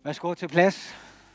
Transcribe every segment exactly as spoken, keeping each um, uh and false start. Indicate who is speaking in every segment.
Speaker 1: Værsgo til plads.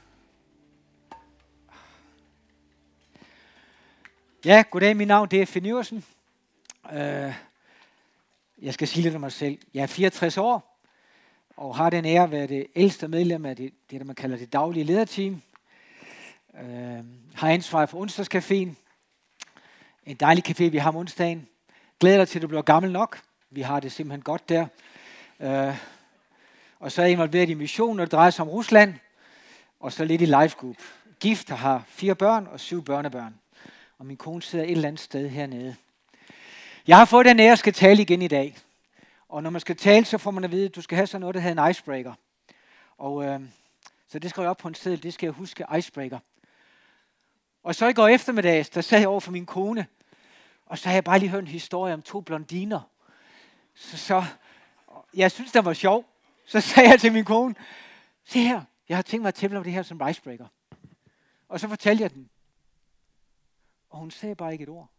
Speaker 1: Ja, goddag, mit navn det er Finn Iversen. Uh, jeg skal sige lidt om mig selv. Jeg er fireogtres år, og har den ære at være det ældste medlem af det, det der man kalder det daglige lederteam. Uh, har ansvar for onsdagscaféen. En dejlig café, vi har om onsdagen. Glæder dig til, at du bliver gammel nok. Vi har det simpelthen godt der. Uh, og så er jeg involveret i mission, når det drejer sig om Rusland. Og så lidt i life group. Gift og har fire børn og syv børnebørn. Og min kone sidder et eller andet sted hernede. Jeg har fået den ære, at skal tale igen i dag. Og når man skal tale, så får man at vide, at du skal have sådan noget, der hedder en icebreaker. Og øh, så det skrev jeg op på en seddel, det skal jeg huske, icebreaker. Og så i går eftermiddags, der sad jeg over for min kone, og så havde jeg bare lige hørt en historie om to blondiner. Så, så jeg synes, det var sjov. Så sagde jeg til min kone, se her, jeg har tænkt mig at tælle om det her som icebreaker. Og så fortalte jeg den. Og hun sagde bare ikke et ord.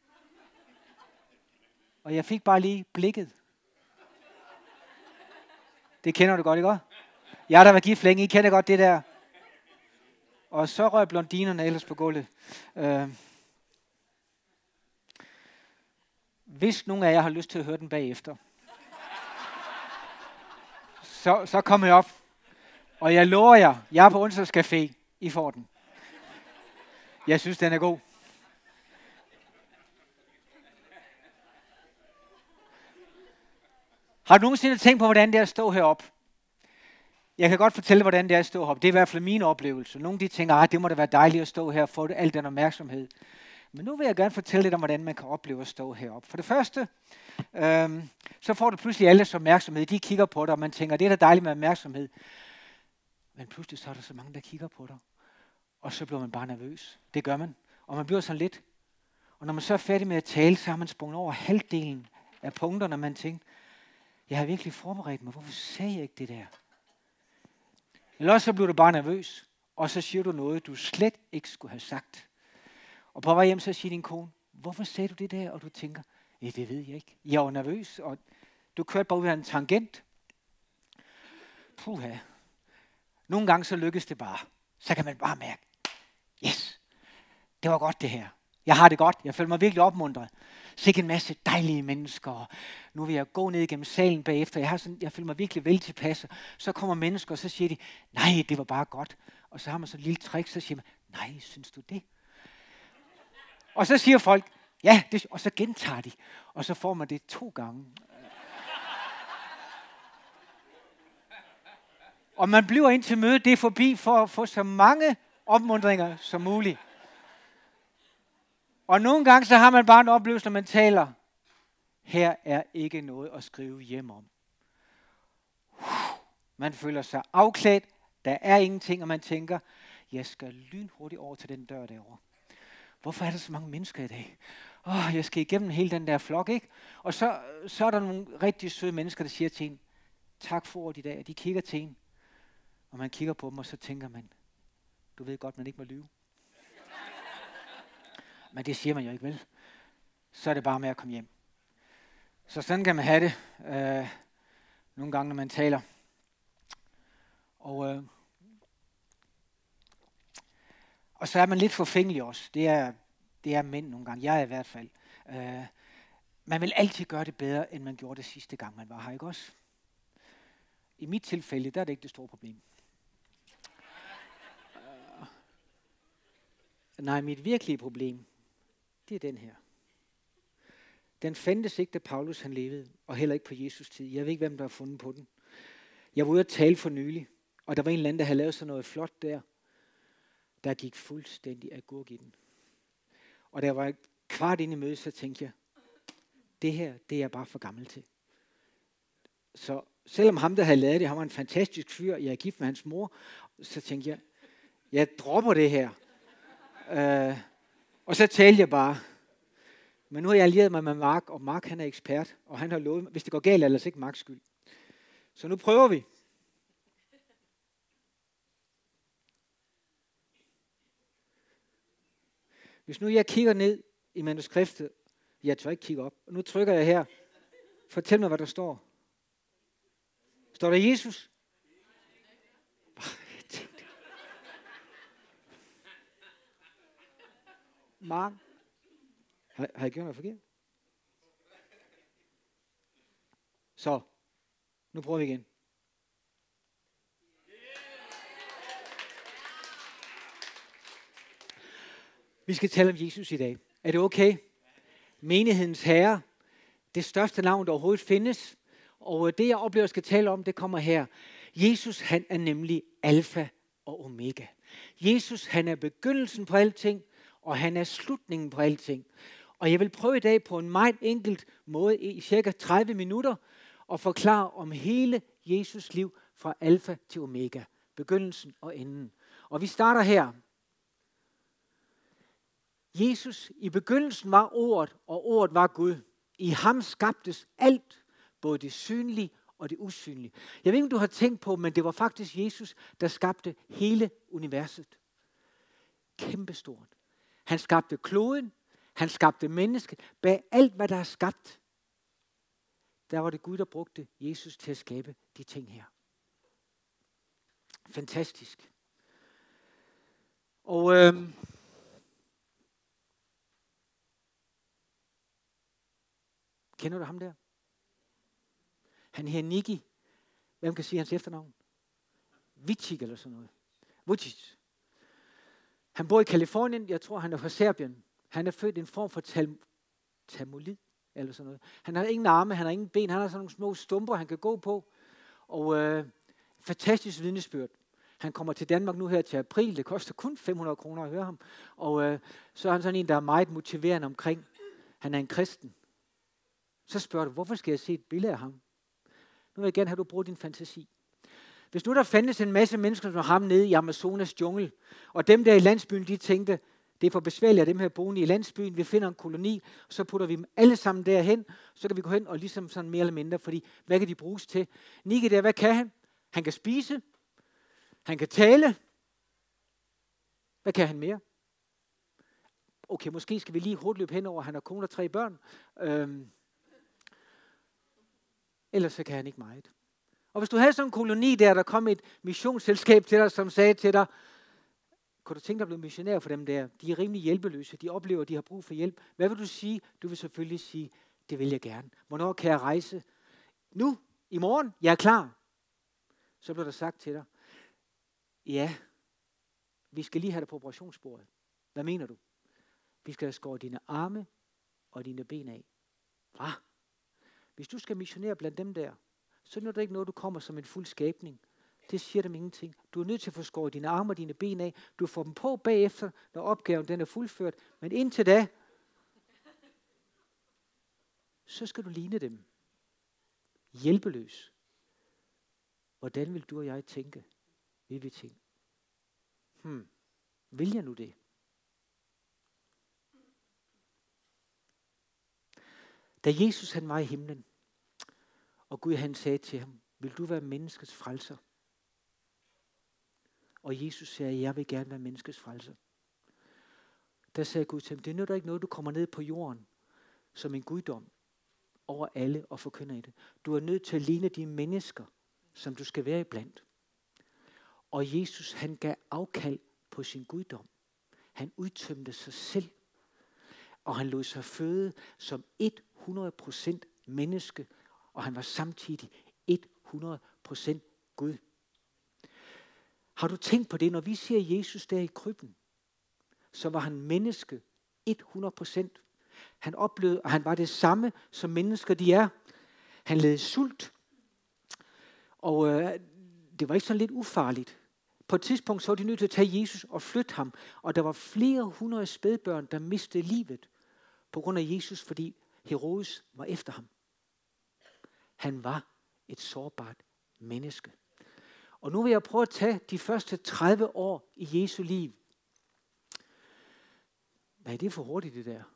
Speaker 1: Og jeg fik bare lige blikket. Det kender du godt, ikke også? Jeg har da været gift længe, I kender godt det der. Og så røg blondinerne ellers på gulvet. Øh. Hvis nogen af jer har lyst til at høre den bagefter, så, så kom jeg op. Og jeg lover jer, jeg er på onsdagscafé. I får den. Jeg synes, den er god. Har du nogensinde tænkt på, hvordan det er at stå heroppe? Jeg kan godt fortælle, hvordan det er at stå heroppe. Det er i hvert fald min oplevelse. Nogle de tænker, at det må da være dejligt at stå her og få al den opmærksomhed. Men nu vil jeg gerne fortælle lidt om, hvordan man kan opleve at stå heroppe. For det første, øhm, så får du pludselig alles opmærksomhed. De kigger på dig, og man tænker, det er da dejligt med opmærksomhed. Men pludselig så er der så mange, der kigger på dig. Og så bliver man bare nervøs. Det gør man. Og man bliver sådan lidt. Og når man så er færdig med at tale, så har man sprunget over halvdelen af punkterne, man tænker, jeg har virkelig forberedt mig. Hvorfor sagde jeg ikke det der? Eller også så bliver du bare nervøs, og så siger du noget, du slet ikke skulle have sagt. Og på vej hjem, så siger din kone, hvorfor sagde du det der? Og du tænker, ja, det ved jeg ikke. Jeg var nervøs, og du kørte bare ud af en tangent. Puha. Nogle gange så lykkes det bare. Så kan man bare mærke, yes, det var godt det her. Jeg har det godt. Jeg føler mig virkelig opmuntret. Sikke en masse dejlige mennesker. Nu vil jeg gå ned igennem salen bagefter. Jeg, har sådan, jeg føler mig virkelig vel tilpas. Så kommer mennesker, og så siger de, nej, det var bare godt. Og så har man sådan et lille trick, så siger man, nej, synes du det? Og så siger folk, ja, det, og så gentager de. Og så får man det to gange. Og man bliver indtil mødet det er forbi for at få så mange opmuntringer som muligt. Og nogle gange så har man bare en oplevelse, når man taler, her er ikke noget at skrive hjem om. Man føler sig afklædt, der er ingenting, og man tænker, jeg skal lynhurtigt over til den dør derovre. Hvorfor er der så mange mennesker i dag? Åh, oh, jeg skal igennem hele den der flok, ikke? Og så, så er der nogle rigtig søde mennesker, der siger til en, tak for ordet i dag, og de kigger til en. Og man kigger på dem, og så tænker man, du ved godt, man ikke må lyve. Men det siger man jo ikke, vel? Så er det bare med at komme hjem. Så sådan kan man have det øh, nogle gange, når man taler. Og, øh, og så er man lidt forfængelig også. Det er, det er mænd nogle gange. Jeg er i hvert fald. Øh, man vil altid gøre det bedre, end man gjorde det sidste gang, man var her, ikke også? I mit tilfælde, der er det ikke det store problem. Øh, nej, mit virkelige problem, det er den her. Den fandtes ikke, da Paulus han levede, og heller ikke på Jesus tid. Jeg ved ikke, hvem der har fundet på den. Jeg var ude at tale for nylig, og der var en eller anden, der havde lavet sådan noget flot der, der gik fuldstændig agurk i den. Og der var et kvart ind i mødet, så tænkte jeg, det her, det er jeg bare for gammel til. Så selvom ham, der havde lavet det, han var en fantastisk fyr, jeg er gift med hans mor, så tænkte jeg, jeg dropper det her. Uh, og så talte jeg bare. Men nu har jeg allieret mig med Mark, og Mark han er ekspert, og han har lovet, hvis det går galt, er det altså ikke Marks skyld. Så nu prøver vi. Hvis nu jeg kigger ned i manuskriptet, jeg tør ikke kigge op, og nu trykker jeg her. Fortæl mig, hvad der står. Står der Jesus? Mark. Har, har jeg gjort noget forkert? Så, nu prøver vi igen. Vi skal tale om Jesus i dag. Er det okay? Menighedens herre. Det største navn, der overhovedet findes. Og det, jeg oplever, jeg skal tale om, det kommer her. Jesus, han er nemlig alfa og omega. Jesus, han er begyndelsen på alting, og han er slutningen på alting. Og jeg vil prøve i dag på en meget enkelt måde, i cirka tredive minutter, at forklare om hele Jesus liv fra alfa til omega. Begyndelsen og enden. Og vi starter her. Jesus, i begyndelsen var ordet, og ordet var Gud. I ham skabtes alt, både det synlige og det usynlige. Jeg ved ikke, om du har tænkt på, men det var faktisk Jesus, der skabte hele universet. Kæmpestort. Han skabte kloden, han skabte mennesket. Bag alt, hvad der er skabt, der var det Gud, der brugte Jesus til at skabe de ting her. Fantastisk. Og øhm, kender du ham der? Han hedder Niki. Hvem kan sige hans efternavn? Vujicic eller sådan noget. Vujicic. Han bor i Kalifornien. Jeg tror, han er fra Serbien. Han er født i en form for tal- tamolid eller sådan noget. Han har ingen arme, han har ingen ben. Han har sådan nogle små stumper, han kan gå på. Og øh, fantastisk vidnesbyrd. Han kommer til Danmark nu her til april. Det koster kun fem hundrede kroner at høre ham. Og øh, så er han sådan en, der er meget motiverende omkring. Han er en kristen. Så spørger du, hvorfor skal jeg se et billede af ham? Nu vil jeg gerne have, at du bruger din fantasi. Hvis nu der fandtes en masse mennesker som ham nede i Amazonas jungle, og dem der i landsbyen, de tænkte, det er for besværligt at dem her boende i landsbyen, vi finder en koloni, og så putter vi dem alle sammen derhen, så kan vi gå hen og ligesom sådan mere eller mindre, fordi hvad kan de bruges til? Niki der, hvad kan han? Han kan spise, han kan tale. Hvad kan han mere? Okay, måske skal vi lige hurtigt løbe henover, han har kone og tre børn. Øhm, Ellers så kan han ikke meget. Og hvis du havde sådan en koloni der, der kom et missionsselskab til dig, som sagde til dig, kunne du tænke dig at blive missionær for dem der? De er rimelig hjælpeløse. De oplever, at de har brug for hjælp. Hvad vil du sige? Du vil selvfølgelig sige, det vil jeg gerne. Hvornår kan jeg rejse? Nu? I morgen? Jeg er klar. Så bliver der sagt til dig, ja, vi skal lige have dig på operationsbordet. Hvad mener du? Vi skal have skåret dine arme og dine ben af. Hvad? Hvis du skal missionere blandt dem der, så er det ikke noget, du kommer som en fuld skabning. Det siger dem ingenting. Du er nødt til at få skåret dine arme og dine ben af. Du får dem på bagefter, når opgaven den er fuldført. Men indtil da, så skal du ligne dem. Hjælpeløs. Hvordan vil du og jeg tænke? Vil vi tænke? Hmm, vil jeg nu det? Da Jesus han var i himlen, og Gud han sagde til ham, vil du være menneskets frelser? Og Jesus sagde, jeg vil gerne være menneskets frelser. Der sagde Gud til ham, det er nødt ikke noget, du kommer ned på jorden som en guddom over alle og forkynder i det. Du er nødt til at ligne de mennesker, som du skal være iblandt. Og Jesus han gav afkald på sin guddom. Han udtømte sig selv. Og han lod sig føde som hundrede procent menneske, og han var samtidig hundrede procent Gud. Har du tænkt på det, når vi siger Jesus der i krybben, så var han menneske hundrede procent. Han oplevede, og han var det samme, som mennesker de er. Han led sult, og øh, det var ikke sådan lidt ufarligt. På et tidspunkt så var de nødt til at tage Jesus og flytte ham, og der var flere hundrede spædbørn, der mistede livet på grund af Jesus, fordi Herodes var efter ham. Han var et sårbart menneske. Og nu vil jeg prøve at tage de første tredive år i Jesu liv. Hvad er det for hurtigt, det der?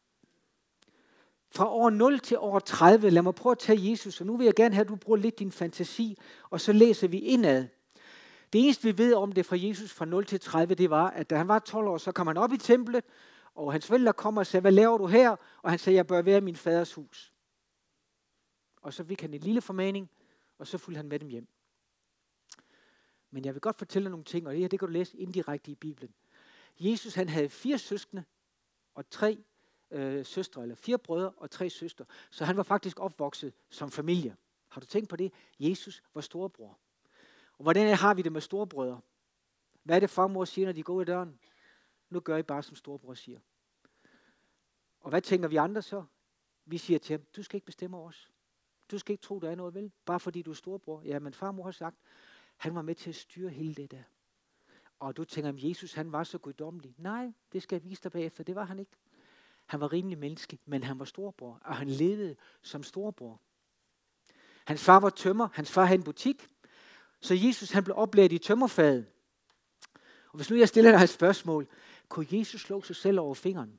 Speaker 1: Fra år nul til år tredive, lad mig prøve at tage Jesus, og nu vil jeg gerne have, at du bruger lidt din fantasi, og så læser vi indad. Det eneste, vi ved om det fra Jesus fra nul til tredive, det var, at da han var tolv år, så kom han op i templet, og hans forældre kom og sagde, hvad laver du her? Og han sagde, jeg bør være i min faders hus. Og så fik han en lille formaning, og så fulgte han med dem hjem. Men jeg vil godt fortælle dig nogle ting, og det her, det kan du læse indirekte i Bibelen. Jesus, han havde fire søskende, og tre øh, søstre, eller fire brødre og tre søstre. Så han var faktisk opvokset som familie. Har du tænkt på det? Jesus var storebror. Og hvordan har vi det med storebrødre? Hvad er det far og mor siger, når de går ud af døren? Nu gør I bare, som storebror siger. Og hvad tænker vi andre så? Vi siger til ham, du skal ikke bestemme over os. Du skal ikke tro, der er noget vel, bare fordi du er storebror. Ja, men far og mor har sagt, han var med til at styre hele det der. Og du tænker, at Jesus han var så guddommelig. Nej, det skal jeg vise dig bagefter. Det var han ikke. Han var rimelig menneskelig, men han var storebror, og han levede som storebror. Hans far var tømrer, hans far havde en butik, så Jesus han blev oplært i tømmerfaget. Og hvis nu jeg stiller dig et spørgsmål, kunne Jesus slå sig selv over fingeren?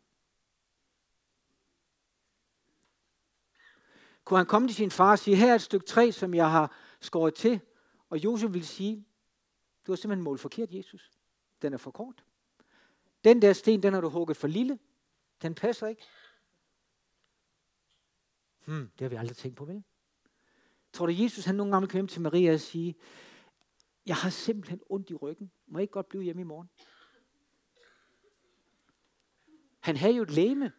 Speaker 1: Kunne han komme til sin far og sige, her er et stykke træ, som jeg har skåret til, og Josef ville sige, du har simpelthen målt forkert, Jesus. Den er for kort. Den der sten, den har du hugget for lille. Den passer ikke. Hmm, det har vi aldrig tænkt på, vel? Tror du, Jesus han nogle gange kom hjem til Maria og sige, jeg har simpelthen ondt i ryggen. Må jeg ikke godt blive hjemme i morgen? Han havde jo et legeme.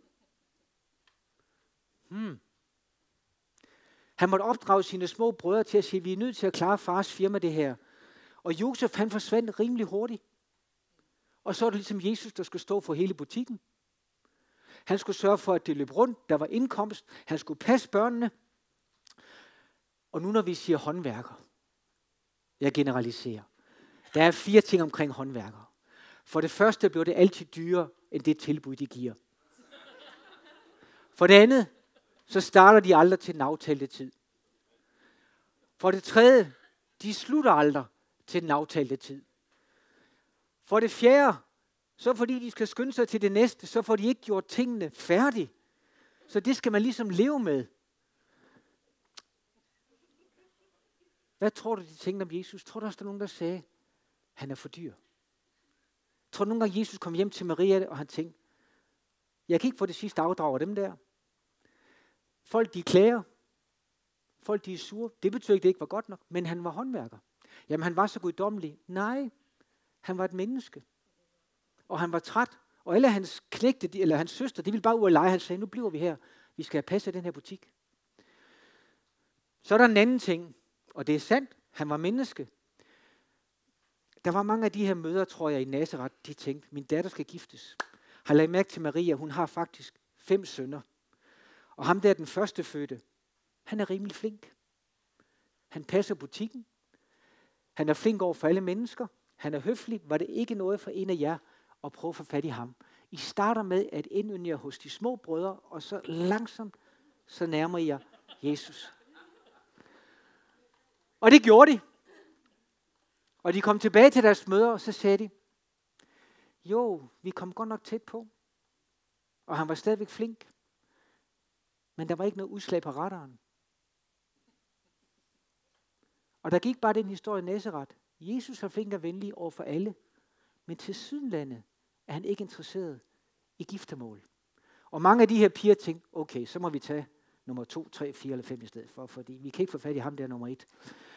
Speaker 1: Hmm. Han måtte opdrage sine små brødre til at sige, vi er nødt til at klare fars firma det her. Og Josef han forsvandt rimelig hurtigt. Og så er det ligesom Jesus, der skulle stå for hele butikken. Han skulle sørge for, at det løb rundt. Der var indkomst. Han skulle passe børnene. Og nu når vi siger håndværker, jeg generaliserer. Der er fire ting omkring håndværkere. For det første bliver det altid dyrere, end det tilbud, de giver. For det andet, så starter de aldrig til den aftalte tid. For det tredje, de slutter aldrig til den aftalte tid. For det fjerde, så fordi de skal skynde sig til det næste, så får de ikke gjort tingene færdige. Så det skal man ligesom leve med. Hvad tror du, de tænkte om Jesus? Tror du også, der er nogen, der sagde, han er for dyr? Tror du nogle gange, Jesus kom hjem til Maria, og han tænkte, jeg kan ikke få det sidste afdrag af dem der. Folk, de klager. Folk, de er sure. Det betyder ikke, at det ikke var godt nok, men han var håndværker. Jamen, han var så guddommelig. Nej, han var et menneske. Og han var træt. Og alle hans knægte, eller hans søster, de ville bare ud og lege. Han sagde, nu bliver vi her. Vi skal have passet den her butik. Så er der en anden ting, og det er sandt. Han var menneske. Der var mange af de her mødre, tror jeg, i Nazareth, de tænkte, min datter skal giftes. Har lagt mærke til Maria, hun har faktisk fem sønner. Og ham der er den første fødte. Han er rimelig flink. Han passer butikken. Han er flink over for alle mennesker. Han er høflig. Var det ikke noget for en af jer at prøve at få fat i ham? I starter med at indynde jer hos de små brødre, og så langsomt, så nærmer I jer Jesus. Og det gjorde de. Og de kom tilbage til deres mødre, og så sagde de, jo, vi kom godt nok tæt på. Og han var stadigvæk flink. Men der var ikke noget udslag på radaren. Og der gik bare den historie i Nazareth. Jesus var flink og venlig over for alle. Men til sydenlandet er han ikke interesseret i giftermål. Og mange af de her piger tænkte, okay, så må vi tage nummer to, tre, fire eller fem i stedet for, fordi vi kan ikke få fat i ham der nummer et.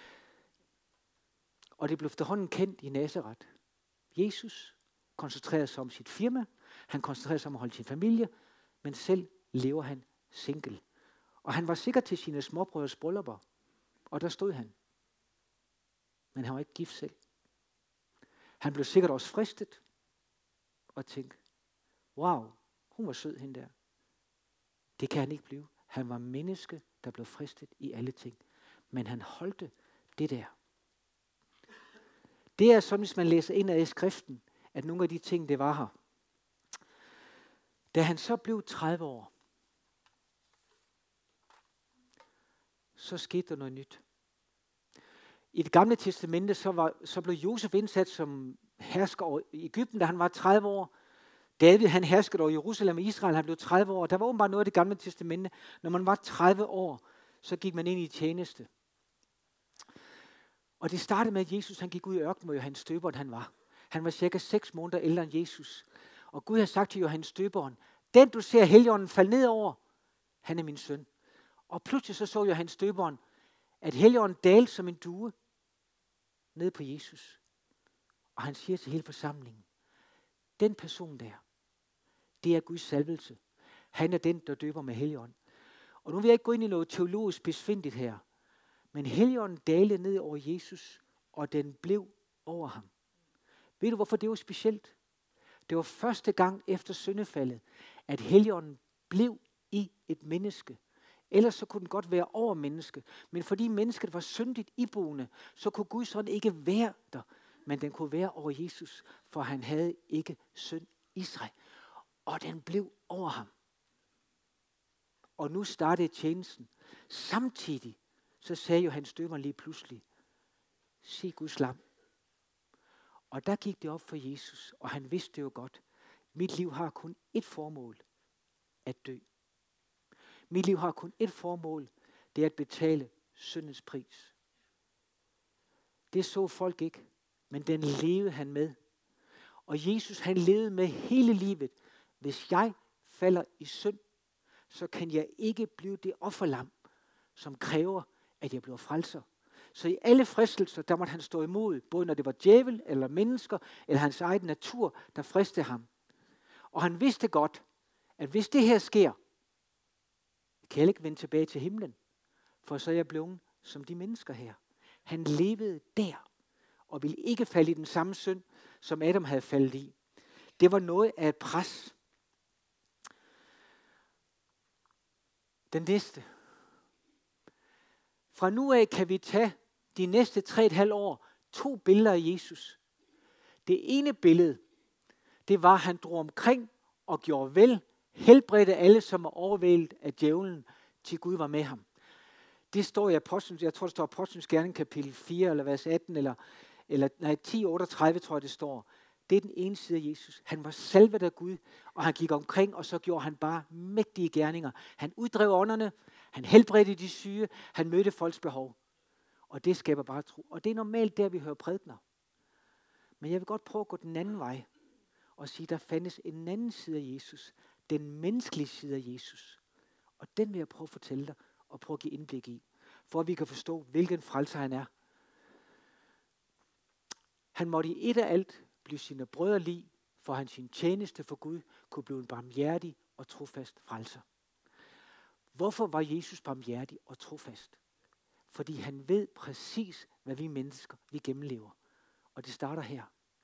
Speaker 1: Og det blev efterhånden kendt i Nazareth. Jesus koncentrerer sig om sit firma, han koncentrerer sig om at holde sin familie, men selv lever han single. Og han var sikker til sine småbrødres bryllupper, og der stod han. Men han var ikke gift selv. Han blev sikkert også fristet, og tænkte, wow, hun var sød hende der. Det kan han ikke blive. Han var menneske, der blev fristet i alle ting. Men han holdte det der. Det er sådan, hvis man læser ind af i skriften, at nogle af de ting, det var her. Da han så blev tredive år, så skete der noget nyt. I det gamle testamente, så, var, så blev Josef indsat som hersker over Egypten, da han var tredive år. David, han herskede over Jerusalem og Israel, han blev tredive år. Der var åbenbart noget af det gamle testamente. Når man var tredive år, så gik man ind i tjeneste. Og det startede med, at Jesus han gik ud i ørkenen, hvor Johannes Døberen han var. Han var cirka seks måneder ældre end Jesus. Og Gud havde sagt til Johannes Døberen, den du ser Helligånden falde ned over, han er min søn. Og pludselig så så Johannes Døberen, at Helligånden dalte som en due ned på Jesus. Og han siger til hele forsamlingen, den person der, det er Guds salvelse. Han er den, der døber med Helligånd. Og nu vil jeg ikke gå ind i noget teologisk besvindeligt her. Men Helligånden dalede ned over Jesus, og den blev over ham. Ved du, hvorfor det var specielt? Det var første gang efter syndefaldet, at Helligånden blev i et menneske. Ellers så kunne den godt være over menneske. Men fordi mennesket var syndigt iboende, så kunne Guds ånd ikke være der. Men den kunne være over Jesus, for han havde ikke synd i sig. Og den blev over ham. Og nu startede tjenesten. Samtidig så sagde Johannes Døberen lige pludselig, se Guds lam. Og der gik det op for Jesus, og han vidste det jo godt. Mit liv har kun ét formål, at dø. Mit liv har kun ét formål, det er at betale syndens pris. Det så folk ikke, men den levede han med. Og Jesus han levede med hele livet. Hvis jeg falder i synd, så kan jeg ikke blive det offerlam, som kræver, at jeg bliver frelser. Så i alle fristelser, der måtte han stå imod, både når det var djævel eller mennesker, eller hans egen natur, der fristede ham. Og han vidste godt, at hvis det her sker, kan jeg ikke vende tilbage til himlen, for så er jeg blevet som de mennesker her. Han levede der, og ville ikke falde i den samme synd, som Adam havde faldet i. Det var noget af et pres. Den næste. Fra nu af kan vi tage de næste tre og et halvt år to billeder af Jesus. Det ene billede, det var, at han drog omkring og gjorde vel, helbredte alle, som var overvældet af djævlen, til Gud var med ham. Det står i Apostlenes, jeg tror det står i Apostlenes Gerning kapitel fire, eller vers atten, eller, eller nej, ti otteogtredive tror jeg det står. Det er den ene side af Jesus. Han var salvet af Gud, og han gik omkring, og så gjorde han bare mægtige gerninger. Han uddrev ånderne, han helbredte de syge, han mødte folks behov. Og det skaber bare tro. Og det er normalt der, vi hører prædikener. Men jeg vil godt prøve at gå den anden vej, og sige, der fandtes en anden side af Jesus. Den menneskelige side af Jesus. Og den vil jeg prøve at fortælle dig, og prøve at give indblik i, for at vi kan forstå, hvilken frelser han er. Han måtte i et af alt blive sine brødre lig, for han sin tjeneste for Gud kunne blive en barmhjertig og trofast frelser. Hvorfor var Jesus barmhjertig og trofast? Fordi han ved præcis, hvad vi mennesker vi gennemlever. Og det starter her.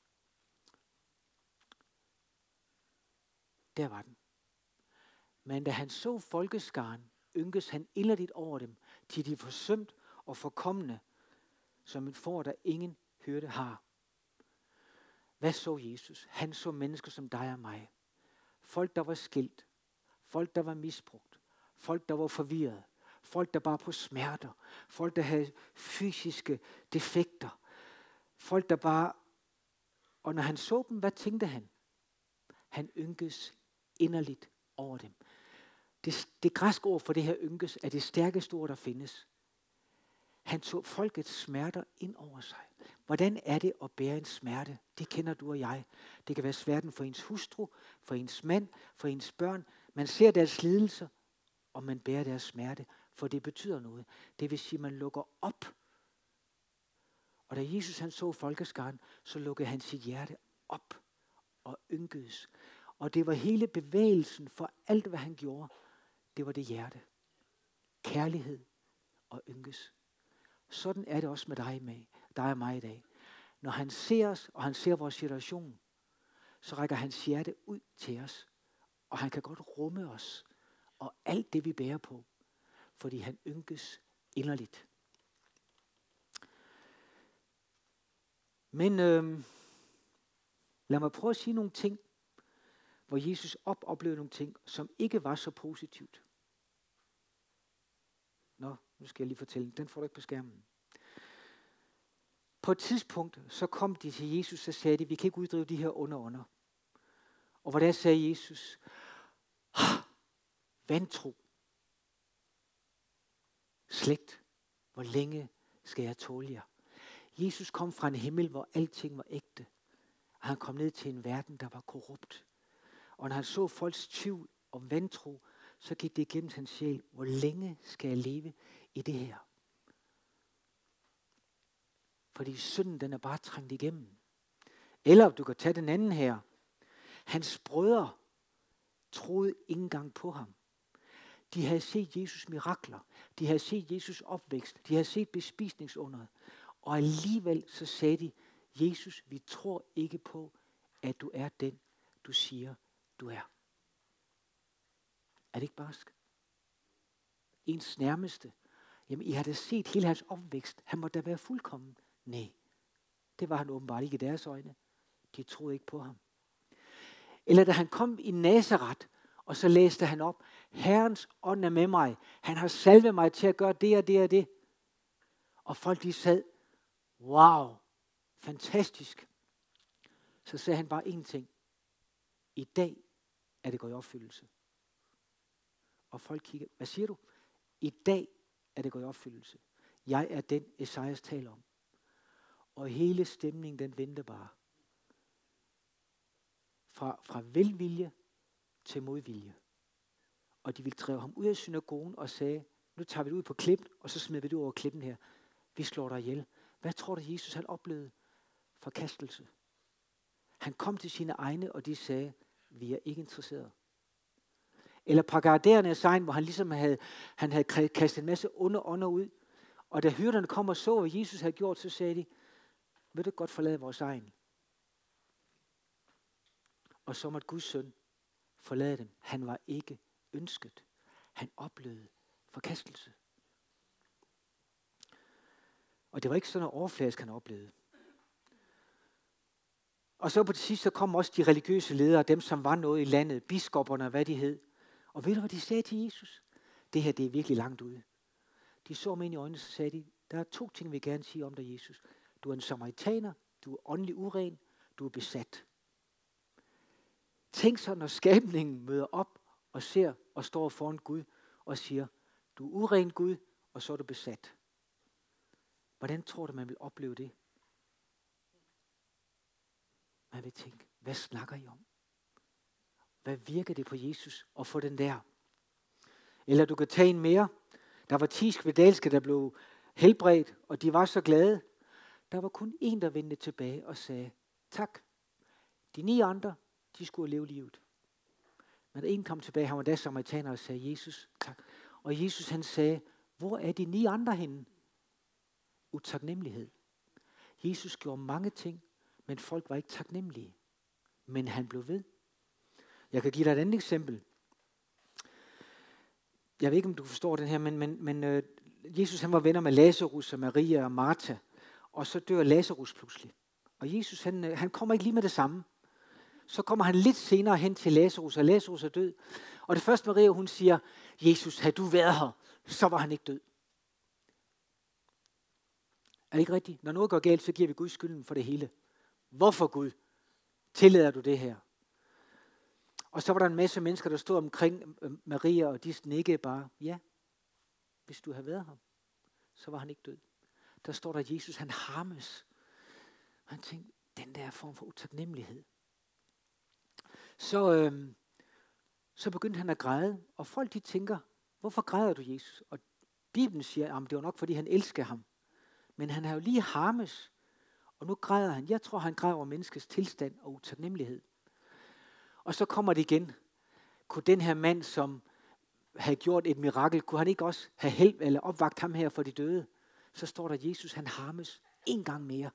Speaker 1: Der var den. Men da han så folkeskaren, ynkes han inderligt over dem, til de forsømt og forkomne, som en får, der ingen hørte har. Hvad så Jesus? Han så mennesker som dig og mig. Folk, der var skilt. Folk, der var misbrugt. Folk, der var forvirret. Folk, der bare på smerter. Folk, der havde fysiske defekter. Folk, der bare... Og når han så dem, hvad tænkte han? Han ynkes inderligt over dem. Det, det græske ord for det her ynkes er det stærkeste ord, der findes. Han tog folkets smerter ind over sig. Hvordan er det at bære en smerte? Det kender du og jeg. Det kan være smerten for ens hustru, for ens mand, for ens børn. Man ser deres lidelser, og man bærer deres smerte, for det betyder noget. Det vil sige, at man lukker op. Og da Jesus han så folkeskaren, så lukkede han sit hjerte op og ynkedes. Og det var hele bevægelsen for alt, hvad han gjorde. Det var det hjerte. Kærlighed og ynkes. Sådan er det også med dig, med dig og mig i dag. Når han ser os, og han ser vores situation, så rækker hans hjerte ud til os. Og han kan godt rumme os. Og alt det, vi bærer på. Fordi han ynkes inderligt. Men øh, lad mig prøve at sige nogle ting, hvor Jesus op oplevede nogle ting, som ikke var så positivt. Nå, nu skal jeg lige fortælle. Den får du ikke på skærmen. På et tidspunkt, så kom de til Jesus, og sagde de, vi kan ikke uddrive de her onde ånder. Og hvordan sagde Jesus? Vantro. Slægt. Hvor længe skal jeg tåle jer? Jesus kom fra en himmel, hvor alting var ægte. Og han kom ned til en verden, der var korrupt. Og når han så folks tvivl og vantro, så gik det igennem hans sjæl. Hvor længe skal jeg leve i det her? Fordi synden, den er bare trængt igennem. Eller du kan tage den anden her. Hans brødre, troede ikke engang på ham. De havde set Jesus mirakler. De havde set Jesus opvækst. De havde set bespisningsunderet. Og alligevel så sagde de, Jesus, vi tror ikke på, at du er den, du siger, du er. Er det ikke barsk? Ens nærmeste. Jamen, I har da set hele hans opvækst. Han må da være fuldkommen. Nej, det var han åbenbart ikke i deres øjne. De troede ikke på ham. Eller da han kom i Nazaret, og så læste han op, Herrens ånd er med mig. Han har salvet mig til at gøre det og det og det. Og folk de sad, wow, fantastisk. Så sagde han bare én ting. I dag er det gået i opfyldelse. Og folk kigger, hvad siger du? I dag er det gået i opfyldelse. Jeg er den, Esajas taler om. Og hele stemningen, den vendte bare. Fra, fra velvilje til modvilje. Og de ville drive ham ud af synagogen og sagde, nu tager vi det ud på klippen, og så smider vi det over klippen her. Vi slår dig ihjel. Hvad tror du, Jesus han oplevede? Forkastelse. Han kom til sine egne, og de sagde, vi er ikke interesserede. Eller Pagardernes sign, hvor han ligesom havde, han havde kastet en masse onde ånder ud. Og da hyrderne kom og så, hvad Jesus havde gjort, så sagde de, vil du godt forlade vores egen? Og så måtte Guds søn forlade dem. Han var ikke ønsket. Han oplevede forkastelse. Og det var ikke sådan noget overfladisk, han oplevede. Og så på det sidste, så kom også de religiøse ledere, dem som var noget i landet, biskopperne og hvad de hed. Og ved du, hvad de sagde til Jesus? Det her, det er virkelig langt ude. De så mig ind i øjnene, så sagde de, der er to ting, vi gerne sige om dig, Jesus. Du er en samaritaner, du er åndelig uren, du er besat. Tænk så, når skabningen møder op og ser og står foran Gud og siger, du er uren Gud, og så er du besat. Hvordan tror du, man vil opleve det? Man vil tænke, hvad snakker I om? Hvad virker det på Jesus at få den der? Eller du kan tage en mere. Der var ti spedalske, der blev helbredt, og de var så glade. Der var kun en, der vendte tilbage og sagde, tak. De ni andre, de skulle leve livet. Men en kom tilbage, han var da samaritaner og sagde, Jesus, tak. Og Jesus han sagde, hvor er de ni andre henne? Utaknemmelighed. Jesus gjorde mange ting, men folk var ikke taknemmelige. Men han blev ved. Jeg kan give dig et andet eksempel. Jeg ved ikke, om du forstår den her, men, men, men uh, Jesus han var venner med Lazarus og Maria og Martha. Og så dør Lazarus pludselig. Og Jesus han, han kommer ikke lige med det samme. Så kommer han lidt senere hen til Lazarus, og Lazarus er død. Og det første Maria, hun siger, Jesus, havde du været her, så var han ikke død. Er det ikke rigtigt? Når noget går galt, så giver vi Gud skylden for det hele. Hvorfor Gud? Tillader du det her? Og så var der en masse mennesker, der stod omkring Maria, og de nikkede bare, ja, hvis du havde været her, så var han ikke død. Der står der, at Jesus han harmes. Og han tænkte, den der form for utaknemmelighed. Så, øhm, så begyndte han at græde, og folk de tænker, hvorfor græder du, Jesus? Og Bibelen siger, at det var nok, fordi han elsker ham. Men han har jo lige harmes, og nu græder han. Jeg tror, han græder over menneskets tilstand og utaknemmelighed. Og så kommer det igen. Kunne den her mand, som havde gjort et mirakel, kunne han ikke også have hjælp eller opvagt ham her for de døde? Så står der, at Jesus han harmes en gang mere.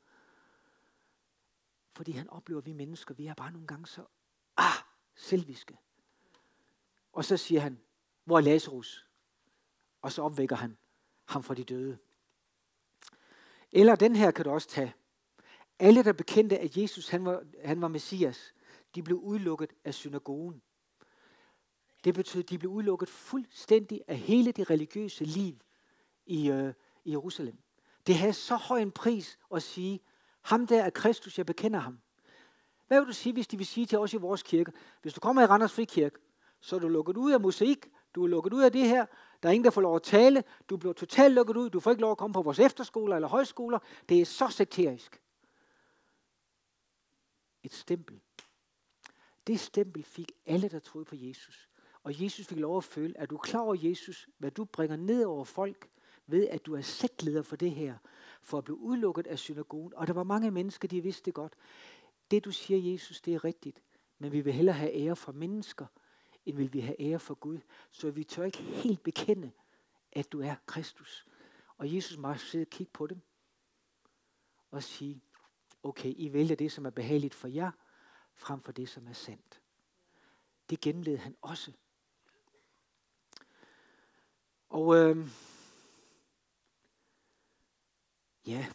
Speaker 1: Fordi han oplever, at vi mennesker, vi er bare nogle gange så ah, selviske. Og så siger han, hvor er Lazarus? Og så opvækker han ham fra de døde. Eller den her kan du også tage. Alle, der bekendte, at Jesus han var, han var Messias, de blev udelukket af synagogen. Det betød, at de blev udelukket fuldstændig af hele det religiøse liv i, øh, i Jerusalem. Det havde så høj en pris at sige, ham der er Kristus, jeg bekender ham. Hvad vil du sige, hvis de vil sige til os i vores kirke? Hvis du kommer i Randers Frikirke, så er du lukket ud af musik, du er lukket ud af det her, der er ingen, der får lov at tale, du bliver totalt lukket ud, du får ikke lov at komme på vores efterskoler eller højskoler. Det er så sekterisk. Et stempel. Det stempel fik alle, der troede på Jesus. Og Jesus fik lov at føle, at du er klar over, Jesus, hvad du bringer ned over folk, ved at du er sektleder for det her, for at blive udelukket af synagogen. Og der var mange mennesker, de vidste det godt. Det du siger, Jesus, det er rigtigt, men vi vil hellere have ære fra mennesker, end vil vi have ære for Gud. Så vi tør ikke helt bekende, at du er Kristus. Og Jesus må sidde og kigge på dem og sige, okay, I vælger det, som er behageligt for jer, frem for det, som er sandt. Det gennemlevede han også. Og øh, ja,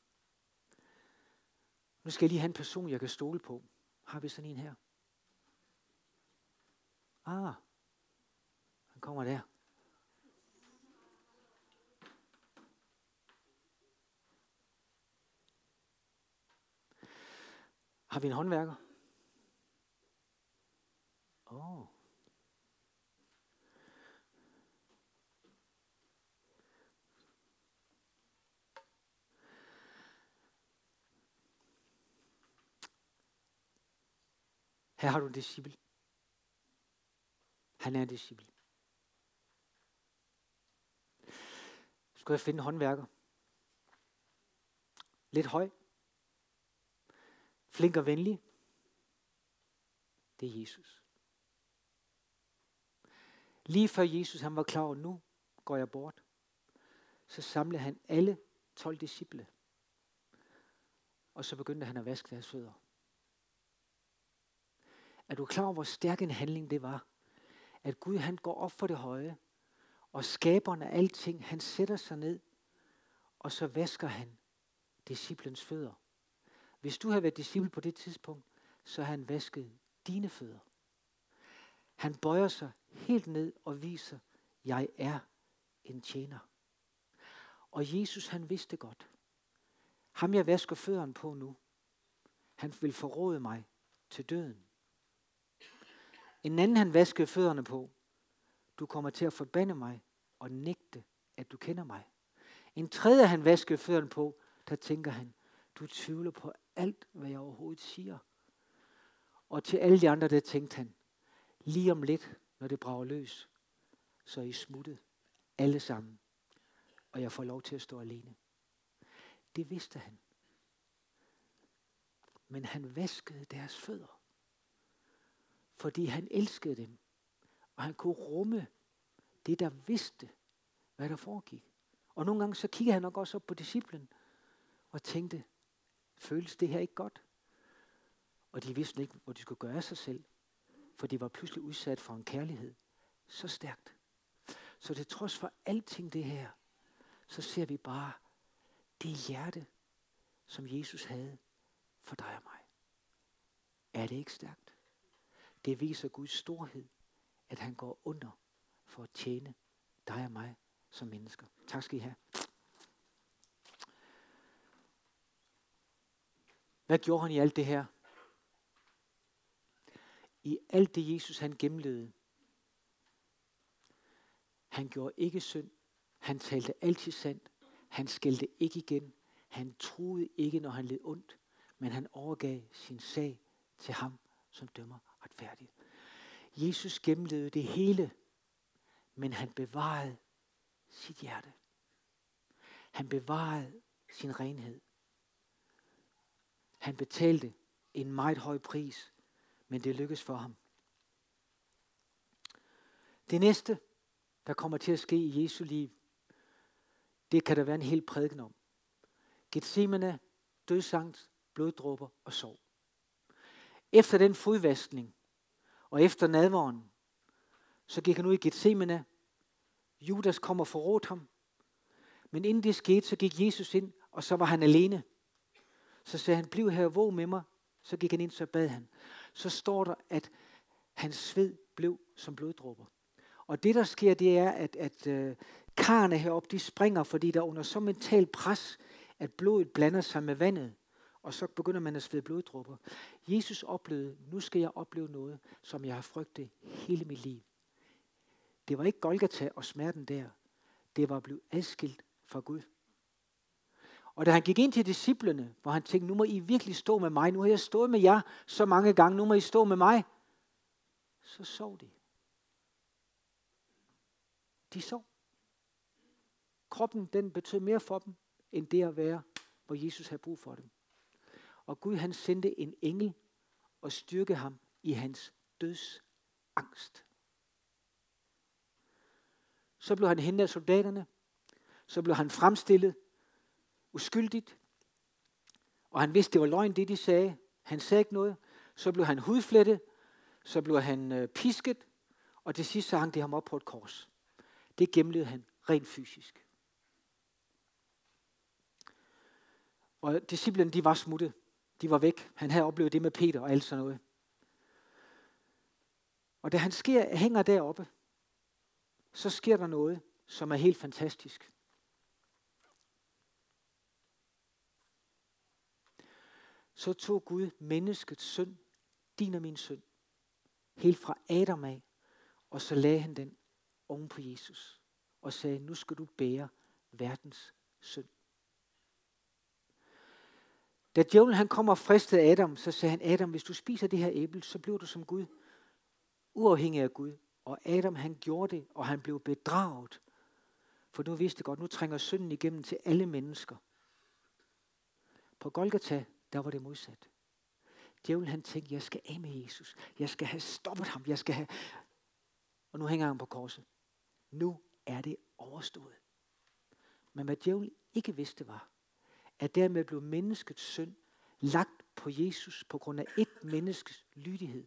Speaker 1: nu skal jeg lige have en person, jeg kan stole på. Har vi sådan en her? Ah, han kommer der. Har vi en håndværker? Åh. Oh. Her har du en disciple. Han er en disciple. Skal jeg finde en håndværker? Lidt høj. Flink og venlig. Det er Jesus. Lige før Jesus han var klar over, nu går jeg bort, så samlede han alle tolv disciple. Og så begyndte han at vaske deres fødder. Er du klar over, hvor stærk en handling det var? At Gud han går op for det høje, og skaberen af alting, han sætter sig ned, og så vasker han disciplens fødder. Hvis du havde været disciple på det tidspunkt, så har han vasket dine fødder. Han bøjer sig helt ned og viser, jeg er en tjener. Og Jesus han vidste godt, ham jeg vasker fødderne på nu, han vil forråde mig til døden. En anden han vaskede fødderne på, du kommer til at forbande mig og nægte, at du kender mig. En tredje han vaskede fødderne på, der tænker han, du tvivler på alt, hvad jeg overhovedet siger. Og til alle de andre, der tænkte han, lige om lidt, når det brager løs, så er I smuttet alle sammen, og jeg får lov til at stå alene. Det vidste han. Men han vaskede deres fødder, fordi han elskede dem, og han kunne rumme det, der vidste, hvad der foregik. Og nogle gange så kiggede han nok også op på disciplen, og tænkte, føles det her ikke godt? Og de vidste ikke, hvor de skulle gøre af sig selv, for de var pludselig udsat for en kærlighed så stærkt. Så til trods for alting det her, så ser vi bare det hjerte, som Jesus havde for dig og mig. Er det ikke stærkt? Det viser Guds storhed, at han går under for at tjene dig og mig som mennesker. Tak skal I have. Hvad gjorde han i alt det her? I alt det Jesus han gennemlevede. Han gjorde ikke synd. Han talte altid sandt. Han skældte ikke igen. Han truede ikke, når han led ondt. Men han overgav sin sag til ham, som dømmer retfærdigt. Jesus gennemlevede det hele, men han bevarede sit hjerte. Han bevarede sin renhed. Han betalte en meget høj pris, men det lykkedes for ham. Det næste, der kommer til at ske i Jesu liv, det kan der være en hel prædiken om. Getsemane, dødsangst, bloddråber og sorg. Efter den fodvaskning og efter nadveren, så gik han ud i Getsemane. Judas kom og forrådte ham. Men inden det skete, så gik Jesus ind, og så var han alene. Så sagde han, bliv her og våg med mig. Så gik han ind, så bad han. Så står der, at hans sved blev som bloddråber. Og det der sker, det er, at, at øh, karrene heroppe, de springer, fordi der er under så mental pres, at blodet blander sig med vandet. Og så begynder man at svede bloddråber. Jesus oplevede, nu skal jeg opleve noget, som jeg har frygtet hele mit liv. Det var ikke Golgata og smerten der. Det var at blive adskilt fra Gud. Og da han gik ind til disciplene, hvor han tænkte, nu må I virkelig stå med mig. Nu har jeg stået med jer så mange gange. Nu må I stå med mig. Så sov de. De sov. Kroppen, den betød mere for dem, end det at være, hvor Jesus havde brug for dem. Og Gud, han sendte en engel og styrkede ham i hans dødsangst. Så blev han hentet af soldaterne. Så blev han fremstillet uskyldigt. Og han vidste, det var løgn, det de sagde. Han sagde ikke noget. Så blev han hudflettet. Så blev han øh, pisket. Og til sidst så hang de ham op på et kors. Det gennemlevede han rent fysisk. Og disciplene, de var smuttet. De var væk. Han havde oplevet det med Peter og alt sådan noget. Og da han sker, hænger deroppe, så sker der noget, som er helt fantastisk. Så tog Gud menneskets synd, din og min synd, helt fra Adam af, og så lagde han den oven på Jesus, og sagde, nu skal du bære verdens synd. Da djævlen han kommer og fristede Adam, så sagde han, Adam, hvis du spiser det her æble, så bliver du som Gud, uafhængig af Gud. Og Adam han gjorde det, og han blev bedraget. For nu vidste godt, nu trænger synden igennem til alle mennesker. På Golgata, der var det modsat. Djævlen han tænkte, jeg skal af med Jesus. Jeg skal have stoppet ham. Jeg skal have... Og nu hænger han på korset. Nu er det overstået. Men hvad djævlen ikke vidste var, at dermed blev menneskets synd lagt på Jesus på grund af et menneskes lydighed.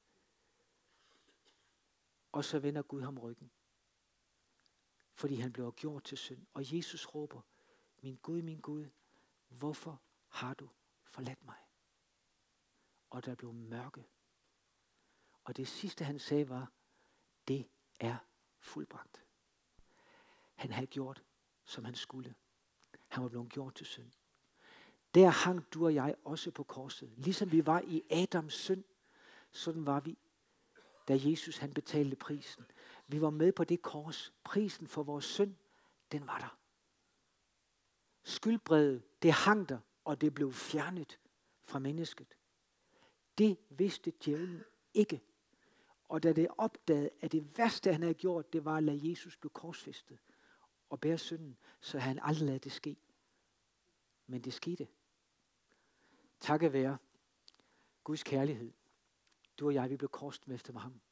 Speaker 1: Og så vender Gud ham ryggen. Fordi han blev gjort til synd. Og Jesus råber, min Gud, min Gud, hvorfor har du forladt mig? Og der blev mørke. Og det sidste han sagde var, det er fuldbragt. Han havde gjort, som han skulle. Han var blevet gjort til synd. Der hang du og jeg også på korset. Ligesom vi var i Adams synd, sådan var vi, da Jesus han betalte prisen. Vi var med på det kors. Prisen for vores synd, den var der. Skyldbrevet, det hang der, og det blev fjernet fra mennesket. Det vidste djævlen ikke. Og da det opdagede, at det værste, han havde gjort, det var at lade Jesus blive korsfæstet og bære synden, så havde han aldrig ladet det ske. Men det skete. Takket være Guds kærlighed. Du og jeg, vi blev korsfæstet med ham.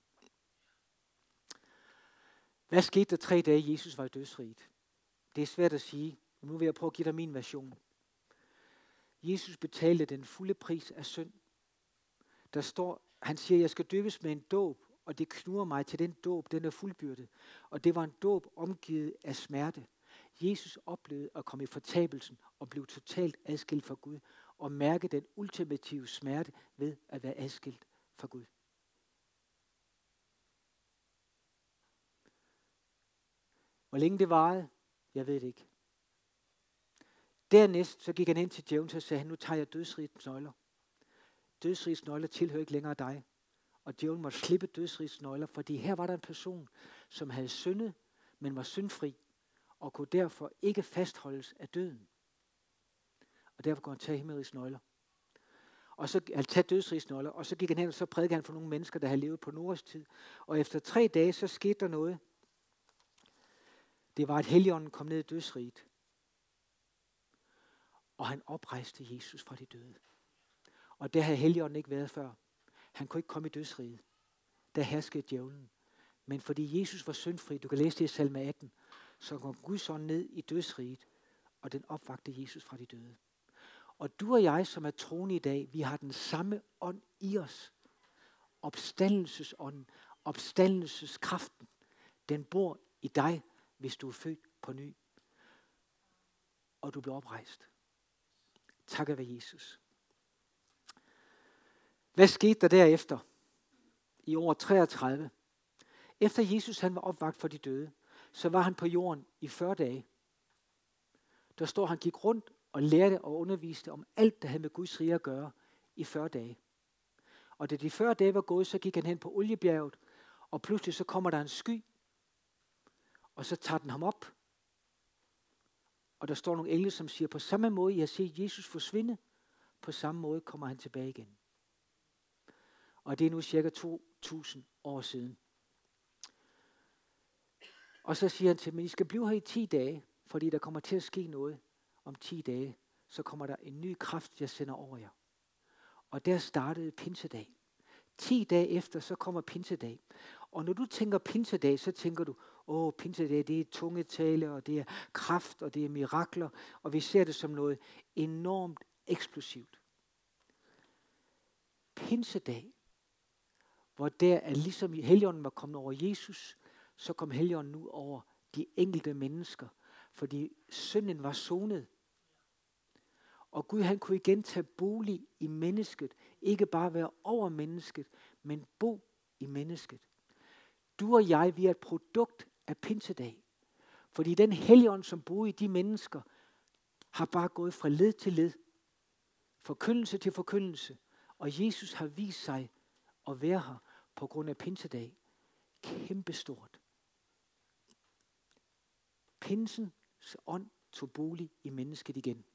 Speaker 1: Hvad skete der tre dage, Jesus var i dødsriget? Det er svært at sige. Nu vil jeg prøve at give dig min version. Jesus betalte den fulde pris af synd. Der står, han siger, jeg skal døbes med en dåb, og det knurrer mig til den dåb, den er fuldbyrdet. Og det var en dåb omgivet af smerte. Jesus oplevede at komme i fortabelsen og blive totalt adskilt fra Gud, og mærke den ultimative smerte ved at være adskilt fra Gud. Hvor længe det varede, jeg ved det ikke. Dernæst så gik han hen til djævlen og sagde, han, nu tager jeg dødsrigets nøgler. Dødsrigets nøgler tilhører ikke længere dig. Og djævlen måtte slippe dødsrigets nøgler, fordi her var der en person, som havde syndet, men var syndfri, og kunne derfor ikke fastholdes af døden. Og derfor kunne han tage himmelrigets nøgler. Og så han tage dødsrigets nøgler, og så gik han hen, og så prædikede han for nogle mennesker, der havde levet på Noahs tid. Og efter tre dage, så skete der noget. Det var, at Helligånden kom ned i dødsriget. Og han oprejste Jesus fra de døde. Og der havde Helligånden ikke været før. Han kunne ikke komme i dødsriget. Der herskede djævlen. Men fordi Jesus var syndfri, du kan læse det i salme atten, så kom Guds ånd ned i dødsriget, og den opvagte Jesus fra de døde. Og du og jeg, som er troende i dag, vi har den samme ånd i os. Opstandelsesånden, opstandelseskraften, den bor i dig, hvis du er født på ny. Og du bliver oprejst. Takket være Jesus. Hvad skete der derefter? I år treogtredive. Efter Jesus han var opvakt for de døde, så var han på jorden i fyrre dage. Der står, han gik rundt og lærte og underviste om alt, der havde med Guds rige at gøre i fyrre dage. Og da de fyrre dage var gået, så gik han hen på Oliebjerget, og pludselig så kommer der en sky, og så tager den ham op. Og der står nogle engle, som siger, på samme måde, I har set Jesus forsvinde, på samme måde kommer han tilbage igen. Og det er nu cirka to tusind år siden. Og så siger han til dem, I skal blive her i ti dage, fordi der kommer til at ske noget om ti dage. Så kommer der en ny kraft, jeg sender over jer. Og der startede pinsedag. ti dage efter, så kommer pinsedag. Og når du tænker pinsedag, så tænker du, åh, pinsedag, det er tungetale, og det er kraft, og det er mirakler, og vi ser det som noget enormt eksplosivt. Pinsedag, hvor der er ligesom Helligånden var kommet over Jesus, så kom Helligånden nu over de enkelte mennesker, fordi synden var sonet. Og Gud, han kunne igen tage bolig i mennesket, ikke bare være over mennesket, men bo i mennesket. Du og jeg, vi er et produkt af pinsedag. Fordi den Helligånd, som bor i de mennesker, har bare gået fra led til led. Forkyndelse til forkyndelse. Og Jesus har vist sig at være her på grund af pinsedag. Kæmpestort. Pinsens ånd tog bolig i mennesket igen.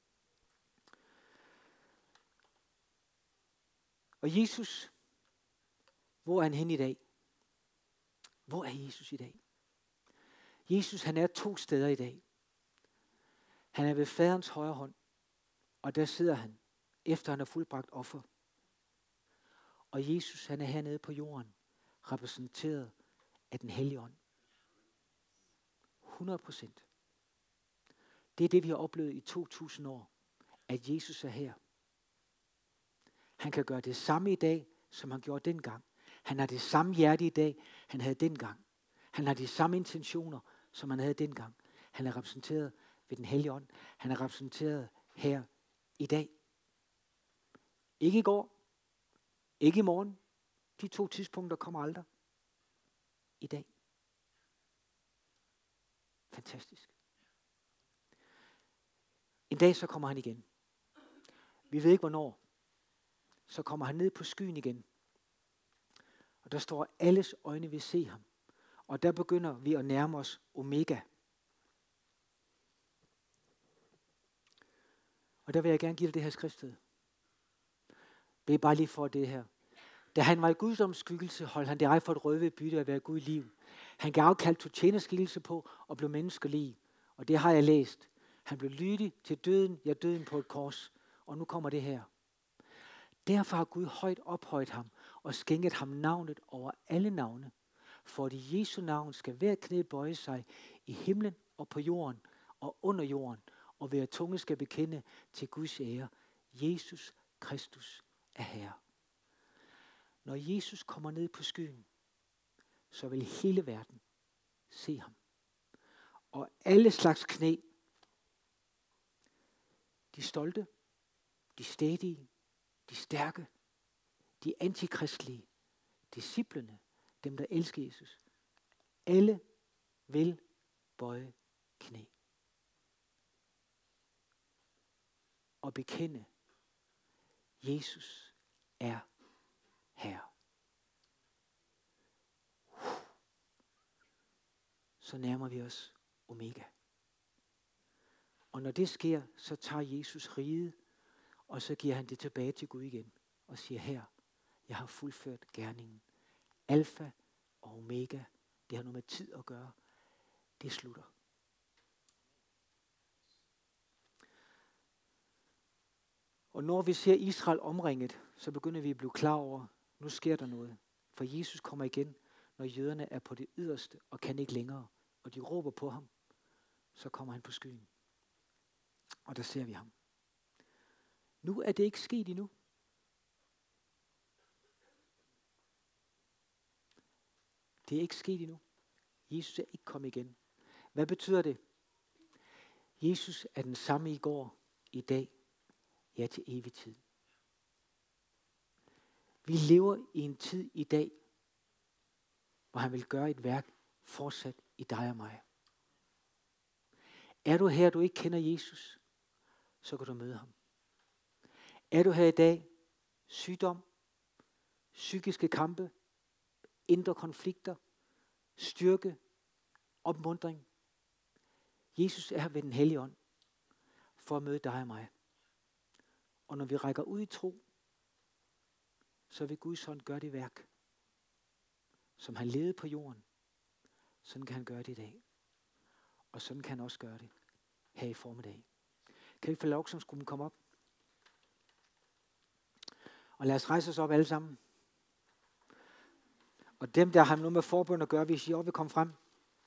Speaker 1: Og Jesus, hvor er han hen i dag? Hvor er Jesus i dag? Jesus, han er to steder i dag. Han er ved faderens højre hånd, og der sidder han, efter han har fuldbragt offer. Og Jesus, han er hernede på jorden, repræsenteret af den hellige ånd. hundrede procent. Det er det, vi har oplevet i to tusind år, at Jesus er her. Han kan gøre det samme i dag, som han gjorde dengang. Han har det samme hjerte i dag, han havde dengang. Han har de samme intentioner, som han havde dengang. Han er repræsenteret ved den hellige ånd. Han er repræsenteret her i dag. Ikke i går. Ikke i morgen. De to tidspunkter kommer aldrig. I dag. Fantastisk. En dag så kommer han igen. Vi ved ikke hvornår. Så kommer han ned på skyen igen. Og der står, alles øjne vil se ham. Og der begynder vi at nærme os Omega. Og der vil jeg gerne give dig det her skriftsted. Det er bare lige for det her. Da han var i guddoms skikkelse, holdt han det ej for et røve bytte at være Gud i liv. Han gav afkald til tjenerskikkelse på og blev menneskelig. Og det har jeg læst. Han blev lydig til døden, ja døden på et kors. Og nu kommer det her. Derfor har Gud højt ophøjet ham og skænket ham navnet over alle navne. For at i Jesu navn skal hver knæ bøje sig i himlen og på jorden og under jorden, og hver tunge skal bekende til Guds ære. Jesus Kristus er Herre. Når Jesus kommer ned på skyen, så vil hele verden se ham. Og alle slags knæ, de stolte, de stædige, de stærke, de antikristlige, disciplene, dem der elsker Jesus, alle vil bøje knæ. Og bekende, Jesus er Herre. Så nærmer vi os Omega. Og når det sker, så tager Jesus riget, og så giver han det tilbage til Gud igen, og siger, her, jeg har fuldført gerningen. Alfa og Omega, det har noget med tid at gøre. Det slutter. Og når vi ser Israel omringet, så begynder vi at blive klar over, nu sker der noget. For Jesus kommer igen, når jøderne er på det yderste og kan ikke længere. Og de råber på ham, så kommer han på skyen. Og der ser vi ham. Nu er det ikke sket endnu. Det er ikke sket endnu. Jesus er ikke kommet igen. Hvad betyder det? Jesus er den samme i går, i dag, ja til evig tid. Vi lever i en tid i dag, hvor han vil gøre et værk fortsat i dig og mig. Er du her, du ikke kender Jesus, så kan du møde ham. Er du her i dag, sygdom, psykiske kampe, indre konflikter, styrke, opmuntring. Jesus er her ved den hellige ånd, for at møde dig og mig. Og når vi rækker ud i tro, så vil Guds hånd gøre det værk, som han levede på jorden. Sådan kan han gøre det i dag. Og sådan kan han også gøre det her i formiddag. Kan vi få lov, som skulle komme op? Og lad os rejse os op alle sammen. Og dem, der har noget med forbøn at gøre, hvis I også vil komme frem.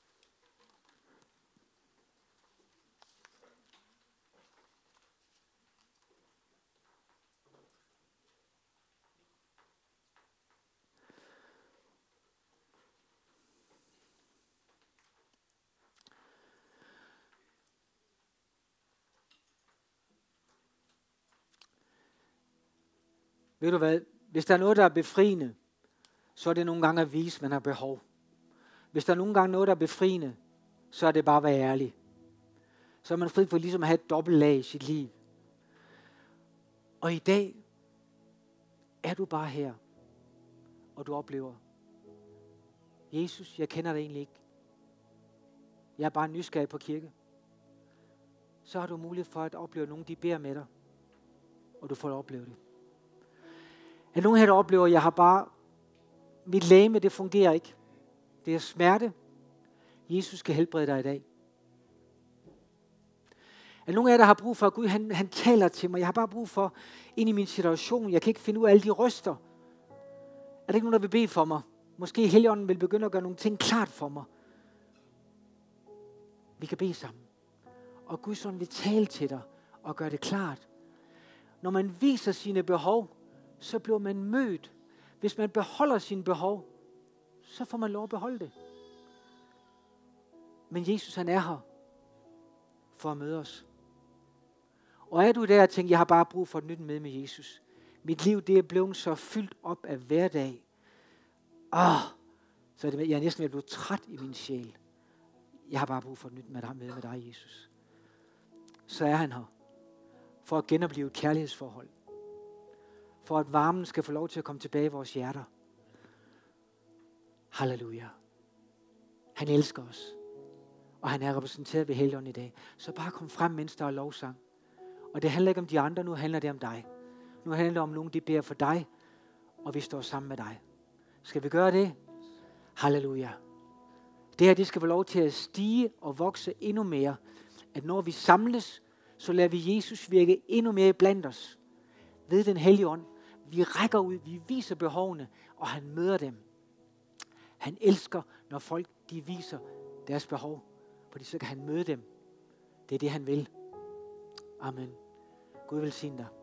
Speaker 1: Ved du hvad? Hvis der er noget, der er befriende, så er det nogle gange at vise, at man har behov. Hvis der er nogle gange noget, der er befriende, så er det bare at være ærlig. Så er man fri for ligesom at have et dobbelt lag i sit liv. Og i dag er du bare her, og du oplever, Jesus, jeg kender dig egentlig ikke. Jeg er bare nysgerrig på kirke. Så har du mulighed for at opleve, at nogen de beder med dig, og du får at opleve det. Er nogen her, der oplever, at jeg har bare, mit legeme, det fungerer ikke. Det er smerte. Jesus skal helbrede dig i dag. Er nogen af jer, der har brug for, at Gud han, han taler til mig? Jeg har bare brug for, ind i min situation, jeg kan ikke finde ud af alle de røster. Er der ikke nogen, der vil bede for mig? Måske Helligånden vil begynde at gøre nogle ting klart for mig. Vi kan bede sammen. Og Gud sådan vil tale til dig og gøre det klart. Når man viser sine behov, så bliver man mødt. Hvis man beholder sine behov, så får man lov at beholde det. Men Jesus han er her for at møde os. Og er du der og tænker, jeg har bare brug for et nyt møde med Jesus. Mit liv det er blevet så fyldt op af hverdag. Ah, så er det, jeg er næsten ved at blive træt i min sjæl. Jeg har bare brug for et nyt møde med dig, Jesus. Så er han her for at genopleve et kærlighedsforhold. For at varmen skal få lov til at komme tilbage i vores hjerter. Halleluja. Han elsker os. Og han er repræsenteret ved Helligånden i dag. Så bare kom frem, mens der er lovsang. Og det handler ikke om de andre, nu handler det om dig. Nu handler det om nogen, de beder for dig, og vi står sammen med dig. Skal vi gøre det? Halleluja. Det her, det skal få lov til at stige og vokse endnu mere. At når vi samles, så lader vi Jesus virke endnu mere blandt os. Ved den hellige ånd. Vi rækker ud, vi viser behovene, og han møder dem. Han elsker, når folk de viser deres behov, fordi så kan han møde dem. Det er det, han vil. Amen. Gud velsigne dig.